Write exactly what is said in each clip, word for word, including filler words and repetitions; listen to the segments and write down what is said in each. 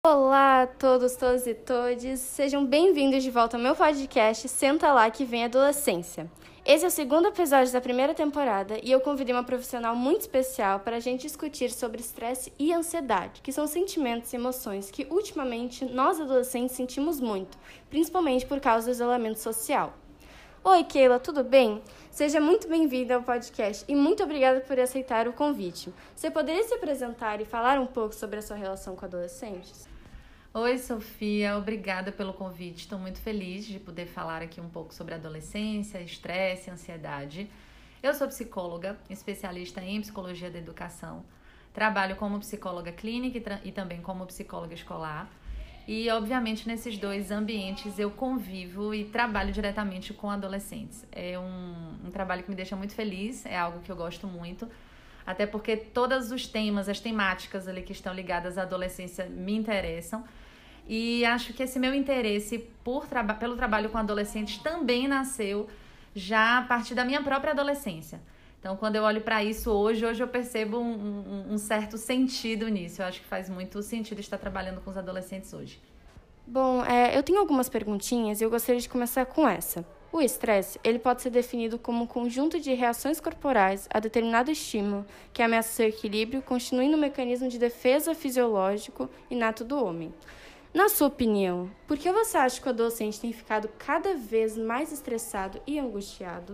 Olá a todos, todas e todes, sejam bem-vindos de volta ao meu podcast Senta Lá Que Vem Adolescência. Esse é o segundo episódio da primeira temporada e eu convidei uma profissional muito especial para a gente discutir sobre estresse e ansiedade, que são sentimentos e emoções que ultimamente nós adolescentes sentimos muito, principalmente por causa do isolamento social. Oi, Keila, tudo bem? Seja muito bem-vinda ao podcast e muito obrigada por aceitar o convite. Você poderia se apresentar e falar um pouco sobre a sua relação com adolescentes? Oi, Sofia, obrigada pelo convite. Estou muito feliz de poder falar aqui um pouco sobre adolescência, estresse, ansiedade. Eu sou psicóloga, especialista em psicologia da educação. Trabalho como psicóloga clínica e, tra- e também como psicóloga escolar. E, obviamente, nesses dois ambientes eu convivo e trabalho diretamente com adolescentes. É um, um trabalho que me deixa muito feliz, é algo que eu gosto muito. Até porque todos os temas, as temáticas ali que estão ligadas à adolescência me interessam. E acho que esse meu interesse por traba- pelo trabalho com adolescentes também nasceu já a partir da minha própria adolescência. Então, quando eu olho para isso hoje, hoje eu percebo um, um, um certo sentido nisso. Eu acho que faz muito sentido estar trabalhando com os adolescentes hoje. Bom, é, eu tenho algumas perguntinhas e eu gostaria de começar com essa. O estresse, ele pode ser definido como um conjunto de reações corporais a determinado estímulo que ameaça seu equilíbrio, constituindo um mecanismo de defesa fisiológico inato do homem. Na sua opinião, por que você acha que o adolescente tem ficado cada vez mais estressado e angustiado?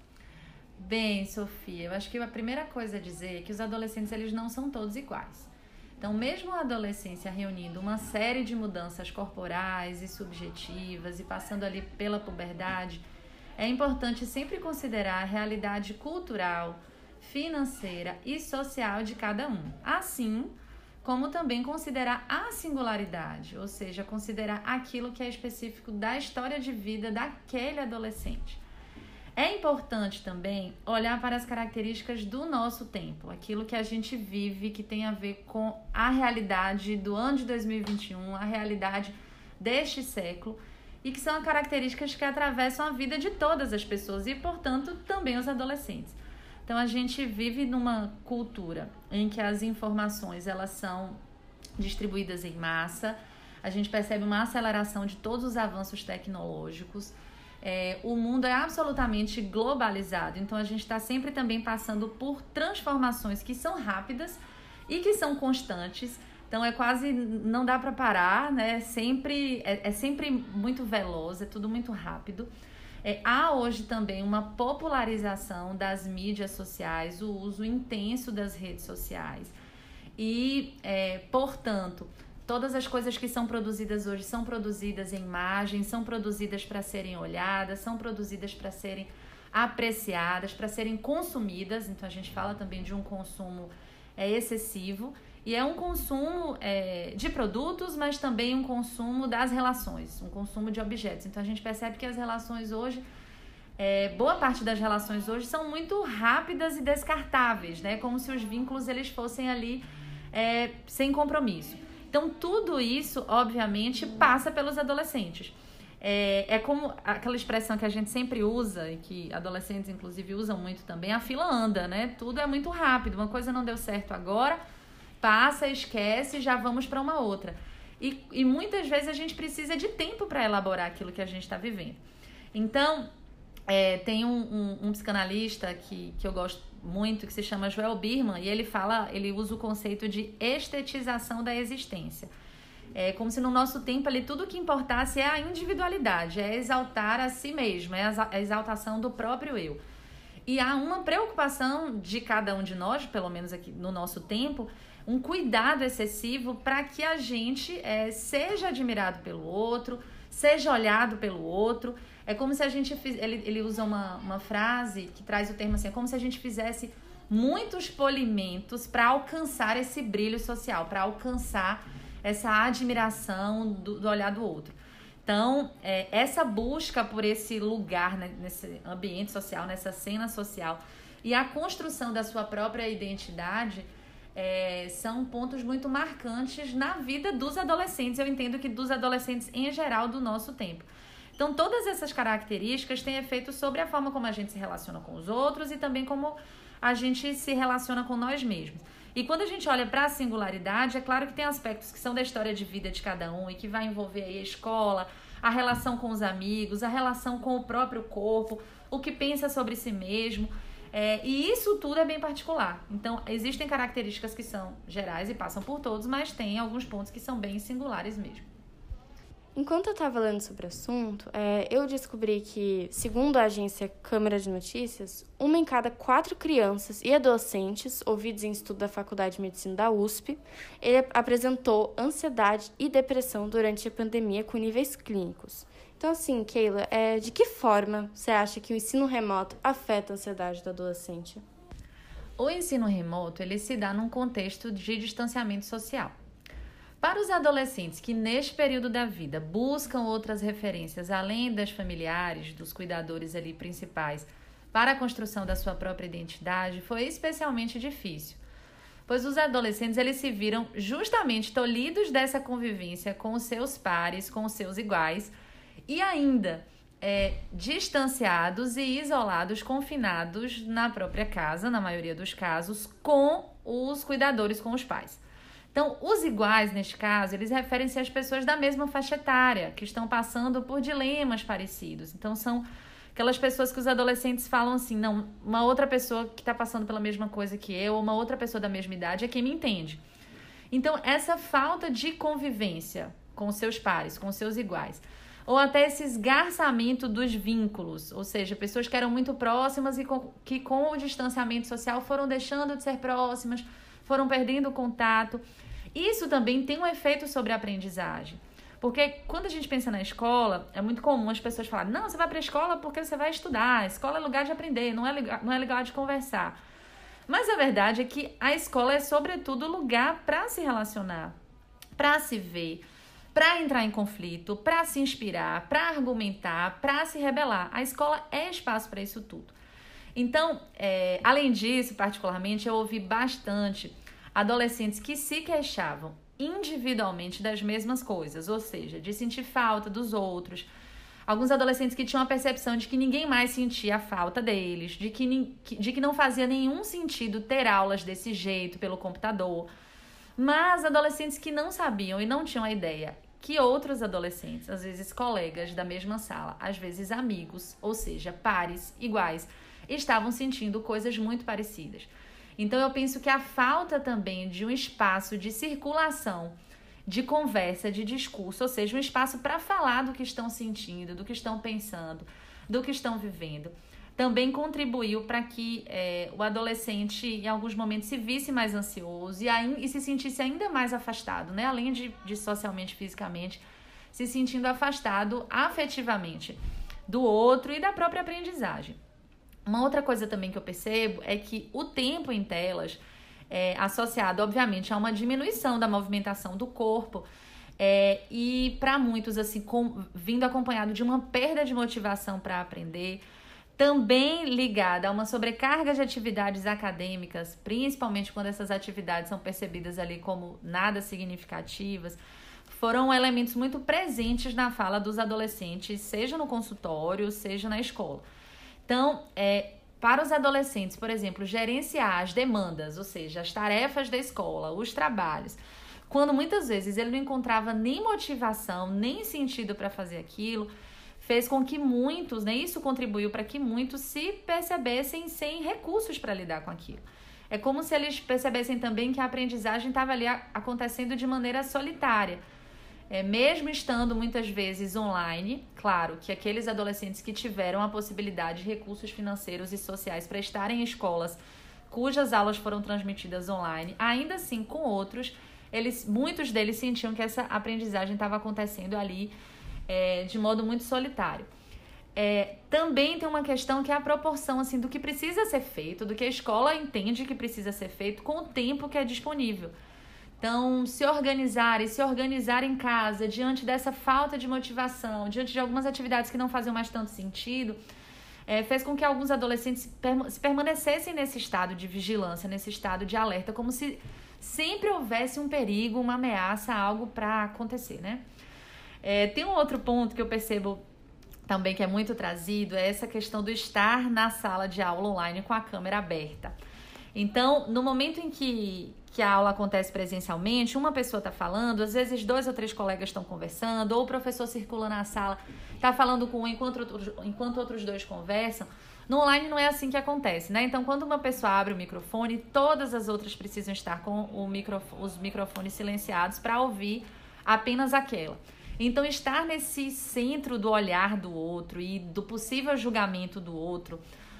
Bem, Sofia, eu acho que a primeira coisa a dizer é que os adolescentes eles não são todos iguais. Então, mesmo a adolescência reunindo uma série de mudanças corporais e subjetivas e passando ali pela puberdade, é importante sempre considerar a realidade cultural, financeira e social de cada um. Assim, como também considerar a singularidade, ou seja, considerar aquilo que é específico da história de vida daquele adolescente. É importante também olhar para as características do nosso tempo, aquilo que a gente vive, que tem a ver com a realidade do ano de dois mil e vinte e um, a realidade deste século, e que são características que atravessam a vida de todas as pessoas e, portanto, também os adolescentes. Então, a gente vive numa cultura em que as informações elas são distribuídas em massa, a gente percebe uma aceleração de todos os avanços tecnológicos. É, o mundo é absolutamente globalizado, então a gente está sempre também passando por transformações que são rápidas e que são constantes, então é quase, não dá para parar, né? Sempre, é, é sempre muito veloz, é tudo muito rápido. É, há hoje também uma popularização das mídias sociais, o uso intenso das redes sociais e, é, portanto, todas as coisas que são produzidas hoje são produzidas em imagens, são produzidas para serem olhadas, são produzidas para serem apreciadas, para serem consumidas. Então a gente fala também de um consumo é, excessivo e é um consumo é, de produtos, mas também um consumo das relações, um consumo de objetos. Então a gente percebe que as relações hoje, é, boa parte das relações hoje são muito rápidas e descartáveis, né? Como se os vínculos eles fossem ali é, sem compromisso. Então, tudo isso, obviamente, passa pelos adolescentes. É, é como aquela expressão que a gente sempre usa, e que adolescentes, inclusive, usam muito também, a fila anda, né? Tudo é muito rápido. Uma coisa não deu certo agora, passa, esquece, já vamos para uma outra. E, e muitas vezes a gente precisa de tempo para elaborar aquilo que a gente está vivendo. Então, é, tem um, um, um psicanalista que, que eu gosto muito, que se chama Joel Birman, e ele fala, ele usa o conceito de estetização da existência. É como se no nosso tempo ali tudo que importasse é a individualidade, é exaltar a si mesmo, é a exaltação do próprio eu. E há uma preocupação de cada um de nós, pelo menos aqui no nosso tempo, um cuidado excessivo para que a gente é, seja admirado pelo outro, seja olhado pelo outro. É como se a gente fiz, ele, ele usa uma, uma frase que traz o termo assim, é como se a gente fizesse muitos polimentos para alcançar esse brilho social, para alcançar essa admiração do, do olhar do outro. Então, é, essa busca por esse lugar, né, nesse ambiente social, nessa cena social, e a construção da sua própria identidade é, são pontos muito marcantes na vida dos adolescentes. Eu entendo que dos adolescentes em geral do nosso tempo. Então, todas essas características têm efeito sobre a forma como a gente se relaciona com os outros e também como a gente se relaciona com nós mesmos. E quando a gente olha para a singularidade, é claro que tem aspectos que são da história de vida de cada um e que vai envolver aí a escola, a relação com os amigos, a relação com o próprio corpo, o que pensa sobre si mesmo. É, e isso tudo é bem particular. Então, existem características que são gerais e passam por todos, mas tem alguns pontos que são bem singulares mesmo. Enquanto eu estava lendo sobre o assunto, é, eu descobri que, segundo a agência Câmara de Notícias, uma em cada quatro crianças e adolescentes ouvidos em estudo da Faculdade de Medicina da U S P, ele apresentou ansiedade e depressão durante a pandemia com níveis clínicos. Então, assim, Keila, é, de que forma você acha que o ensino remoto afeta a ansiedade do adolescente? O ensino remoto, ele se dá num contexto de distanciamento social. Para os adolescentes que, neste período da vida, buscam outras referências além das familiares, dos cuidadores ali principais, para a construção da sua própria identidade, foi especialmente difícil, pois os adolescentes eles se viram justamente tolhidos dessa convivência com os seus pares, com os seus iguais, e ainda é, distanciados e isolados, confinados na própria casa, na maioria dos casos, com os cuidadores, com os pais. Então, os iguais, neste caso, eles referem-se às pessoas da mesma faixa etária, que estão passando por dilemas parecidos. Então, são aquelas pessoas que os adolescentes falam assim, não, uma outra pessoa que está passando pela mesma coisa que eu, ou uma outra pessoa da mesma idade é quem me entende. Então, essa falta de convivência com os seus pares, com os seus iguais, ou até esse esgarçamento dos vínculos, ou seja, pessoas que eram muito próximas e com, que com o distanciamento social foram deixando de ser próximas, foram perdendo o contato. Isso também tem um efeito sobre a aprendizagem. Porque quando a gente pensa na escola, é muito comum as pessoas falarem, não, você vai para a escola porque você vai estudar, a escola é lugar de aprender, não é lugar, não é lugar de conversar. Mas a verdade é que a escola é, sobretudo, lugar para se relacionar, para se ver, para entrar em conflito, para se inspirar, para argumentar, para se rebelar. A escola é espaço para isso tudo. Então, é, além disso, particularmente, eu ouvi bastante adolescentes que se queixavam individualmente das mesmas coisas, ou seja, de sentir falta dos outros. Alguns adolescentes que tinham a percepção de que ninguém mais sentia a falta deles, de que, de que não fazia nenhum sentido ter aulas desse jeito pelo computador. Mas adolescentes que não sabiam e não tinham a ideia que outros adolescentes, às vezes colegas da mesma sala, às vezes amigos, ou seja, pares iguais, estavam sentindo coisas muito parecidas. Então, eu penso que a falta também de um espaço de circulação, de conversa, de discurso, ou seja, um espaço para falar do que estão sentindo, do que estão pensando, do que estão vivendo, também contribuiu para que é, o adolescente, em alguns momentos, se visse mais ansioso e, aí, e se sentisse ainda mais afastado, né? Além de, de socialmente, fisicamente, se sentindo afastado afetivamente do outro e da própria aprendizagem. Uma outra coisa também que eu percebo é que o tempo em telas, é, associado, obviamente, a uma diminuição da movimentação do corpo, é, e para muitos, assim, com, vindo acompanhado de uma perda de motivação para aprender, também ligada a uma sobrecarga de atividades acadêmicas, principalmente quando essas atividades são percebidas ali como nada significativas, foram elementos muito presentes na fala dos adolescentes, seja no consultório, seja na escola. Então, é, para os adolescentes, por exemplo, gerenciar as demandas, ou seja, as tarefas da escola, os trabalhos, quando muitas vezes ele não encontrava nem motivação, nem sentido para fazer aquilo, fez com que muitos, né, isso contribuiu para que muitos se percebessem sem recursos para lidar com aquilo. É como se eles percebessem também que a aprendizagem estava ali acontecendo de maneira solitária. É, mesmo estando muitas vezes online, claro que aqueles adolescentes que tiveram a possibilidade de recursos financeiros e sociais para estarem em escolas cujas aulas foram transmitidas online, ainda assim com outros, eles, muitos deles sentiam que essa aprendizagem estava acontecendo ali é, de modo muito solitário. É, também tem uma questão que é a proporção assim, do que precisa ser feito, do que a escola entende que precisa ser feito com o tempo que é disponível. Então, se organizar e se organizar em casa diante dessa falta de motivação, diante de algumas atividades que não faziam mais tanto sentido, é, fez com que alguns adolescentes perma- se permanecessem nesse estado de vigilância, nesse estado de alerta, como se sempre houvesse um perigo, uma ameaça, algo para acontecer, né? É, tem um outro ponto que eu percebo também que é muito trazido, é essa questão do estar na sala de aula online com a câmera aberta. Então, no momento em que, que a aula acontece presencialmente, uma pessoa está falando, às vezes dois ou três colegas estão conversando, ou o professor circula na sala, está falando com um enquanto outros, enquanto outros dois conversam. No online não é assim que acontece, né? Então, quando uma pessoa abre o microfone, todas as outras precisam estar com o microfone, os microfones silenciados para ouvir apenas aquela. Então, estar nesse centro do olhar do outro e do possível julgamento do outro,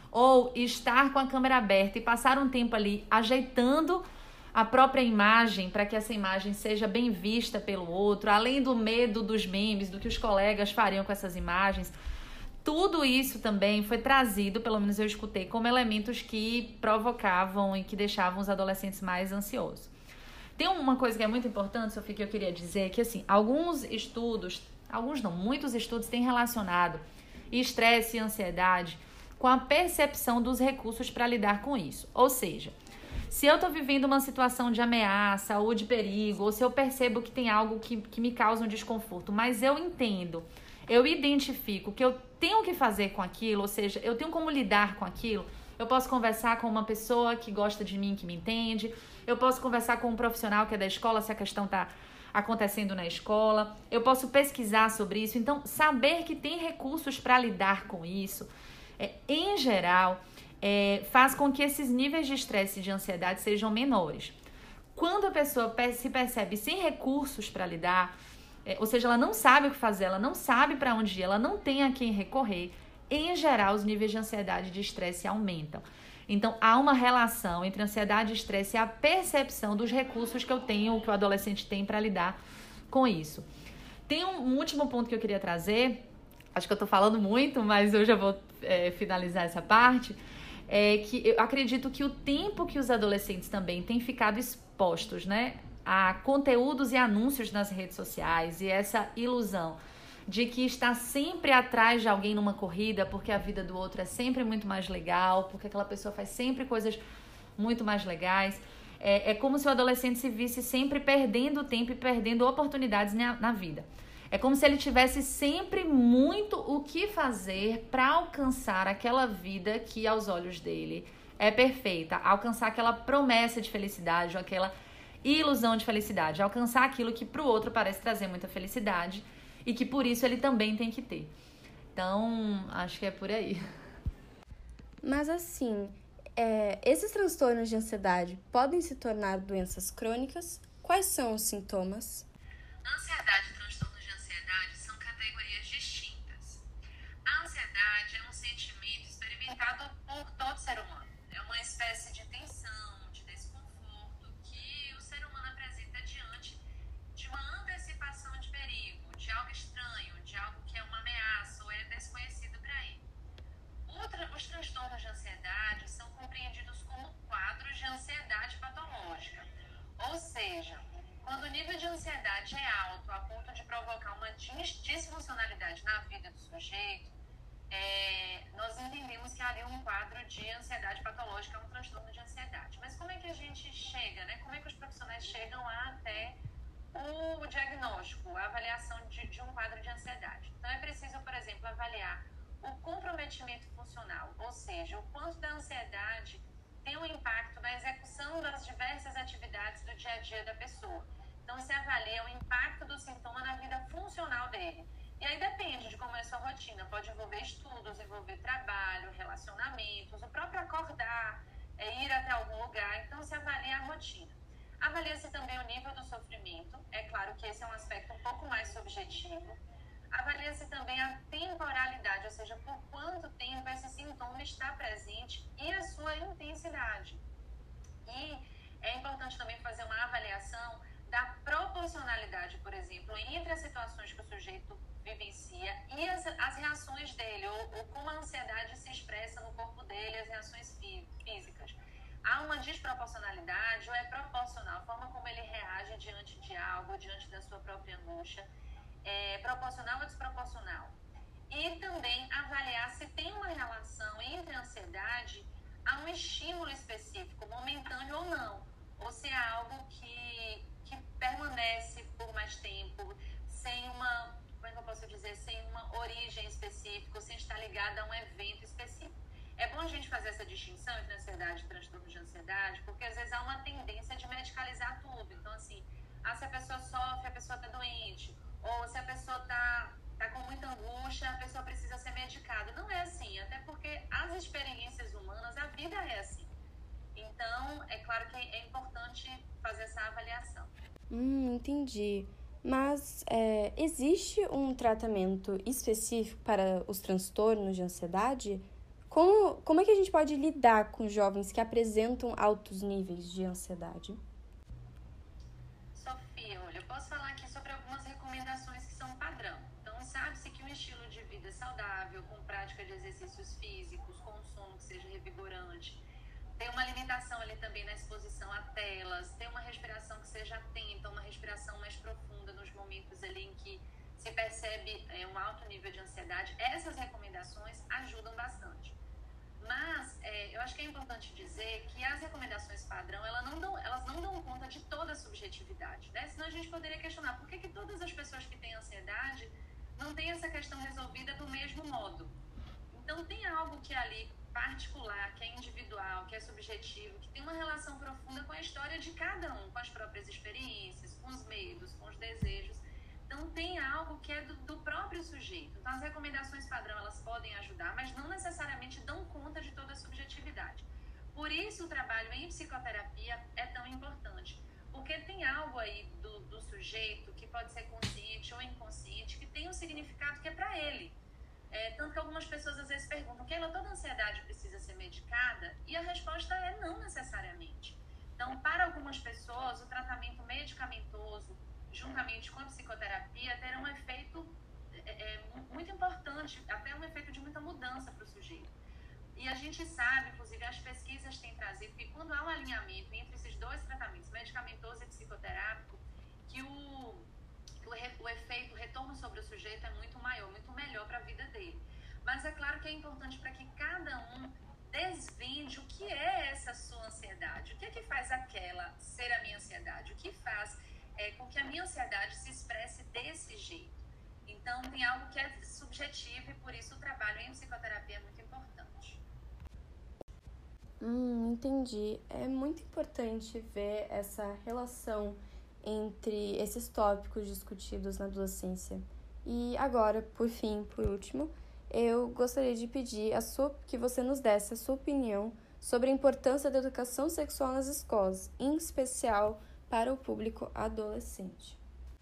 ou estar com a câmera aberta e passar um tempo ali ajeitando a própria imagem para que essa imagem seja bem vista pelo outro, além do medo dos memes, do que os colegas fariam com essas imagens, tudo isso também foi trazido, pelo menos eu escutei, como elementos que provocavam e que deixavam os adolescentes mais ansiosos. Tem uma coisa que é muito importante, Sofia, que eu queria dizer, que assim, alguns estudos, alguns não, muitos estudos têm relacionado estresse e ansiedade com a percepção dos recursos para lidar com isso. Ou seja, se eu estou vivendo uma situação de ameaça ou de perigo, ou se eu percebo que tem algo que, que me causa um desconforto, mas eu entendo, eu identifico que eu tenho que fazer com aquilo, ou seja, eu tenho como lidar com aquilo, eu posso conversar com uma pessoa que gosta de mim, que me entende, eu posso conversar com um profissional que é da escola, se a questão está acontecendo na escola, eu posso pesquisar sobre isso. Então, saber que tem recursos para lidar com isso, é, em geral, é, faz com que esses níveis de estresse e de ansiedade sejam menores. Quando a pessoa se percebe sem recursos para lidar, é, ou seja, ela não sabe o que fazer, ela não sabe para onde ir, ela não tem a quem recorrer, em geral, os níveis de ansiedade e de estresse aumentam. Então, há uma relação entre ansiedade e estresse e a percepção dos recursos que eu tenho, que o adolescente tem para lidar com isso. Tem um, um último ponto que eu queria trazer, acho que eu estou falando muito, mas eu já vou é, finalizar essa parte, é que eu acredito que o tempo que os adolescentes também têm ficado expostos, né, a conteúdos e anúncios nas redes sociais e essa ilusão de que está sempre atrás de alguém numa corrida porque a vida do outro é sempre muito mais legal, porque aquela pessoa faz sempre coisas muito mais legais. É, é como se o adolescente se visse sempre perdendo tempo e perdendo oportunidades na, na vida. É como se ele tivesse sempre muito o que fazer para alcançar aquela vida que aos olhos dele é perfeita, alcançar aquela promessa de felicidade ou aquela ilusão de felicidade, alcançar aquilo que para o outro parece trazer muita felicidade e que por isso ele também tem que ter. Então, acho que é por aí. Mas assim, é, esses transtornos de ansiedade podem se tornar doenças crônicas? Quais são os sintomas? Ansiedade e transtornos de ansiedade são categorias distintas. A ansiedade é um sentimento experimentado por todo ser humano. É uma espécie de tensão, de desconforto que o ser humano apresenta diante de uma antecipação de perigo, de algo estranho, de algo que é uma ameaça ou é desconhecido para ele. Outra, os transtornos de ansiedade são compreendidos como quadros de ansiedade patológica, ou seja, quando o nível de ansiedade é alto a ponto de provocar uma disfuncionalidade na vida do sujeito, é, nós entendemos que ali um quadro de ansiedade patológica é um transtorno de ansiedade. Mas como é que a gente chega, né? Como é que os profissionais chegam até o diagnóstico, a avaliação de, de um quadro de ansiedade? Então é preciso, por exemplo, avaliar o comprometimento funcional, ou seja, o quanto da ansiedade tem um impacto na execução das diversas atividades do dia a dia da pessoa. Então, se avalia o impacto do sintoma na vida funcional dele. E aí depende de como é a sua rotina. Pode envolver estudos, envolver trabalho, relacionamentos, o próprio acordar, é, ir até algum lugar. Então, se avalia a rotina. Avalia-se também o nível do sofrimento. É claro que esse é um aspecto um pouco mais subjetivo. Avalia-se também a temporalidade, ou seja, por quanto tempo esse sintoma está presente e a sua intensidade. E é importante também fazer uma avaliação da proporcionalidade, por exemplo, entre as situações que o sujeito vivencia e as, as reações dele, ou, ou como a ansiedade se expressa no corpo dele, as reações fí- físicas. Há uma desproporcionalidade ou é proporcional, a forma como ele reage diante de algo, diante da sua própria angústia. É, proporcional ou desproporcional. E também avaliar se tem uma relação entre a ansiedade a um estímulo específico, momentâneo ou não, ou se é algo que, que permanece por mais tempo, sem uma, como é que eu posso dizer, sem uma origem específica, sem estar ligada a um evento específico. É bom a gente fazer essa distinção entre ansiedade e transtorno de ansiedade, Hum, entendi. Mas é, existe um tratamento específico para os transtornos de ansiedade? Como, como é que a gente pode lidar com jovens que apresentam altos níveis de ansiedade? Sofia, olha, eu posso falar aqui sobre algumas recomendações que são padrão. Então, sabe-se que um estilo de vida saudável, com prática de exercícios físicos, com um sono que seja revigorante, tem uma limitação ali também na exposição a telas, tem uma respiração que seja atenta, uma respiração mais profunda nos momentos ali em que se percebe é, um alto nível de ansiedade. Essas recomendações ajudam bastante. Mas é, eu acho que é importante dizer que as recomendações padrão, elas não dão, elas não dão conta de toda a subjetividade, né? Senão a gente poderia questionar por que, que todas as pessoas que têm ansiedade não têm essa questão resolvida do mesmo modo. Então tem algo que é ali particular, que é individual, que é subjetivo, que tem uma relação profunda com a história de cada um, com as próprias experiências, com os medos, com os desejos. Então tem algo que é do, do próprio sujeito. Então as recomendações padrão, elas podem ajudar, mas não necessariamente dão conta de toda a subjetividade. Por isso o trabalho em psicoterapia é tão importante, porque tem algo aí do, do sujeito que pode ser consciente ou inconsciente, que tem um significado que é para ele. É, tanto que algumas pessoas às vezes perguntam, Keila, toda ansiedade precisa ser medicada? E a resposta é não necessariamente. Então, para algumas pessoas, o tratamento medicamentoso, juntamente com a psicoterapia, terá um efeito é, é, muito importante, até um efeito de muita mudança para o sujeito. E a gente sabe, inclusive as pesquisas têm trazido, que quando há um alinhamento entre esses dois tratamentos, medicamentoso e psicoterápico, que o, o, o efeito, o retorno sobre o sujeito é muito maior, muito melhor para a vida dele. Mas é claro que é importante para que cada um desvende o que é essa sua ansiedade, o que é que faz aquela ser a minha ansiedade, o que faz é, com que a minha ansiedade se expresse desse jeito. Então, tem algo que é subjetivo e, por isso, o trabalho em psicoterapia é muito importante. Hum, entendi. É muito importante ver essa relação entre esses tópicos discutidos na adolescência. E agora, por fim, por último, eu gostaria de pedir a sua, que você nos desse a sua opinião sobre a importância da educação sexual nas escolas, em especial para o público adolescente.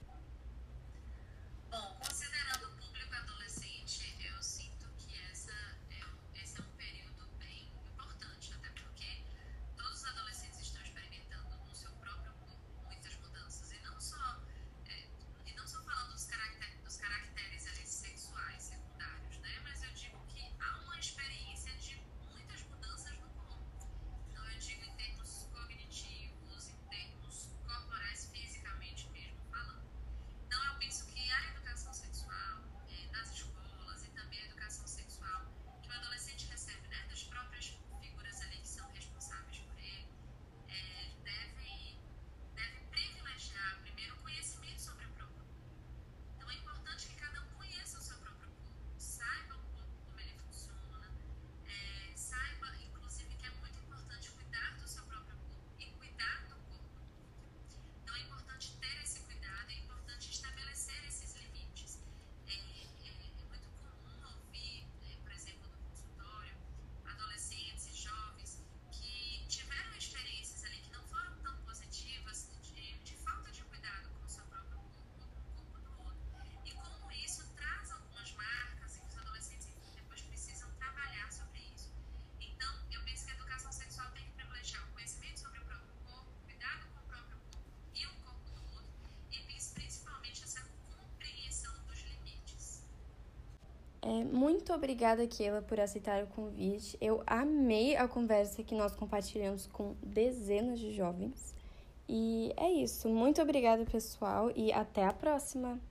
Bom, considerando o público adolescente, eu sinto que essa é, esse é um período bem importante, até porque todos os adolescentes estão experimentando no seu próprio corpo muitas mudanças, e não só, é, e não só falando dos, caracter, dos caracteres ali, sexuais secundários, né? Mas eu digo que há uma experiência de muitas mudanças no corpo. Então eu digo em termos cognitivos, em termos corporais, fisicamente mesmo falando. Então, eu penso que a educação sexual eh, nas escolas e também a educação sexual que o adolescente recebe, né, das próprias figuras ali que são responsáveis por ele, eh, deve, deve privilegiar primeiro o conhecimento sobre o próprio corpo. Então, é importante que cada um conheça o seu próprio corpo, saiba o corpo como ele funciona, eh, saiba, inclusive, que é muito importante cuidar do seu próprio corpo e cuidar do corpo do outro. Então, é importante ter esse cuidado, é importante estabelecer esses limites. É, é, é muito comum ouvir, é, por exemplo, no consultório, adolescentes e jovens que tiveram experiências ali que não foram tão positivas, de, de falta de cuidado com o seu próprio corpo ou com o corpo do outro. E como isso traz algumas marcas e que os adolescentes depois precisam trabalhar sobre isso. Então, eu penso que a educação sexual tem que privilegiar o conhecimento sobre o próprio corpo, cuidado com o próprio corpo e o corpo do outro, e principalmente essa compreensão dos limites. É, muito obrigada, Keila, por aceitar o convite. Eu amei a conversa que nós compartilhamos com dezenas de jovens. E é isso. Muito obrigada, pessoal, e até a próxima!